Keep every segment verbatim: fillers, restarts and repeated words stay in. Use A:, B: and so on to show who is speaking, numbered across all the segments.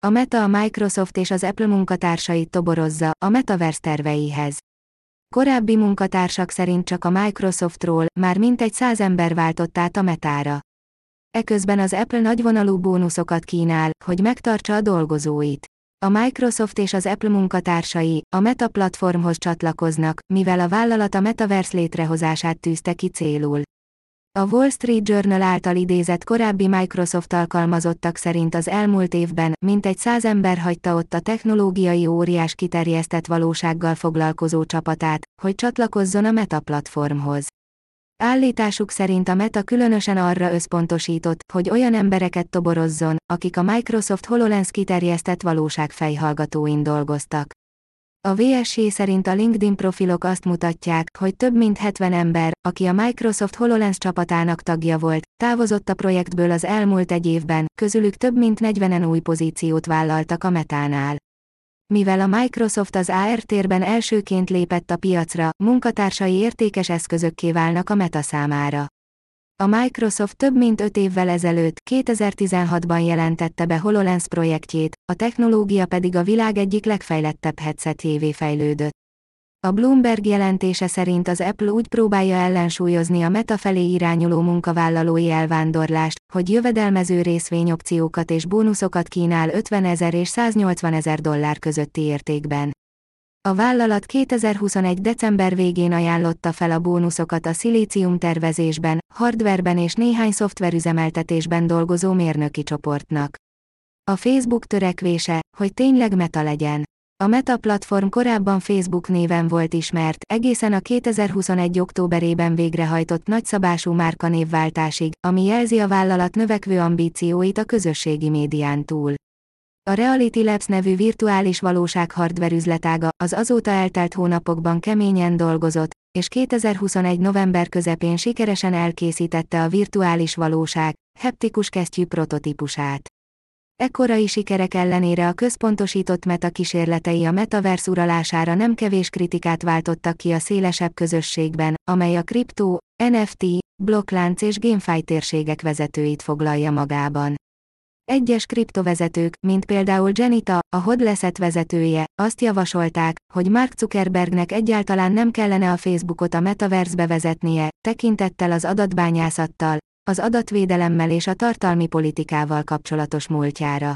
A: A Meta a Microsoft és az Apple munkatársait toborozza a Metaverse terveihez. Korábbi munkatársak szerint csak a Microsoftról már mintegy száz ember váltott át a Metára. Eközben az Apple nagyvonalú bónuszokat kínál, hogy megtartsa a dolgozóit. A Microsoft és az Apple munkatársai a Meta platformhoz csatlakoznak, mivel a vállalat a Metaverse létrehozását tűzte ki célul. A Wall Street Journal által idézett korábbi Microsoft alkalmazottak szerint az elmúlt évben mintegy száz ember hagyta ott a technológiai óriás kiterjesztett valósággal foglalkozó csapatát, hogy csatlakozzon a Meta platformhoz. Állításuk szerint a Meta különösen arra összpontosított, hogy olyan embereket toborozzon, akik a Microsoft HoloLens kiterjesztett valóság fejhallgatóin dolgoztak. A vé es jé szerint a LinkedIn profilok azt mutatják, hogy több mint hetven ember, aki a Microsoft HoloLens csapatának tagja volt, távozott a projektből az elmúlt egy évben, közülük több mint negyvenen új pozíciót vállaltak a Metánál. Mivel a Microsoft az á er térben elsőként lépett a piacra, munkatársai értékes eszközökké válnak a Meta számára. A Microsoft több mint öt évvel ezelőtt, kétezer-tizenhatban jelentette be HoloLens projektjét, a technológia pedig a világ egyik legfejlettebb headsetjévé fejlődött. A Bloomberg jelentése szerint az Apple úgy próbálja ellensúlyozni a Meta felé irányuló munkavállalói elvándorlást, hogy jövedelmező részvényopciókat és bónuszokat kínál ötvenezer és száznyolcvanezer dollár közötti értékben. A vállalat kétezer-huszonegy december végén ajánlotta fel a bónuszokat a szilícium tervezésben, hardverben és néhány szoftverüzemeltetésben dolgozó mérnöki csoportnak. A Facebook törekvése, hogy tényleg Meta legyen. A Meta platform korábban Facebook néven volt ismert, egészen a kétezer-huszonegy októberében végrehajtott nagyszabású márkanévváltásig, ami jelzi a vállalat növekvő ambícióit a közösségi médián túl. A Reality Labs nevű virtuális valóság hardware üzletága az azóta eltelt hónapokban keményen dolgozott, és kétezer-huszonegy november közepén sikeresen elkészítette a virtuális valóság heptikus kesztyű prototípusát. Ekkorai sikerek ellenére a központosított Meta kísérletei a Metaverse uralására nem kevés kritikát váltottak ki a szélesebb közösségben, amely a kriptó, en ef té, blokklánc és GameFi térségek vezetőit foglalja magában. Egyes kriptovezetők, mint például Janita, a Hodlezet vezetője, azt javasolták, hogy Mark Zuckerbergnek egyáltalán nem kellene a Facebookot a Metaverse-be vezetnie, tekintettel az adatbányászattal, az adatvédelemmel és a tartalmi politikával kapcsolatos múltjára.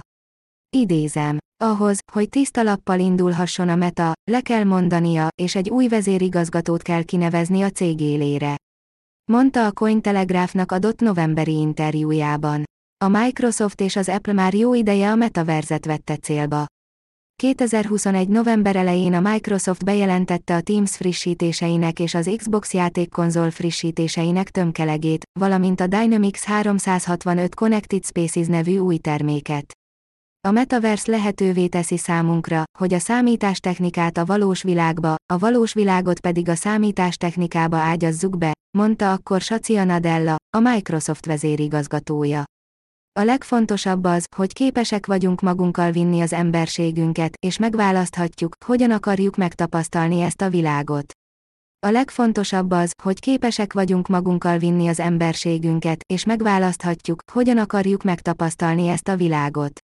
A: Idézem. Ahhoz, hogy tiszta lappal indulhasson a Meta, le kell mondania, és egy új vezérigazgatót kell kinevezni a cég élére. Mondta a Cointelegraph-nak adott novemberi interjújában. A Microsoft és az Apple már jó ideje a Metaverse-et vette célba. kétezer-huszonegy november elején a Microsoft bejelentette a Teams frissítéseinek és az Xbox játékkonzol frissítéseinek tömkelegét, valamint a Dynamics háromszázhatvanöt Connected Spaces nevű új terméket. A Metaverse lehetővé teszi számunkra, hogy a számítástechnikát a valós világba, a valós világot pedig a számítástechnikába ágyazzuk be, mondta akkor Satya Nadella, a Microsoft vezérigazgatója. A legfontosabb az, hogy képesek vagyunk magunkkal vinni az emberségünket, és megválaszthatjuk, hogyan akarjuk megtapasztalni ezt a világot. A legfontosabb az, hogy képesek vagyunk magunkkal vinni az emberségünket, és megválaszthatjuk, hogyan akarjuk megtapasztalni ezt a világot.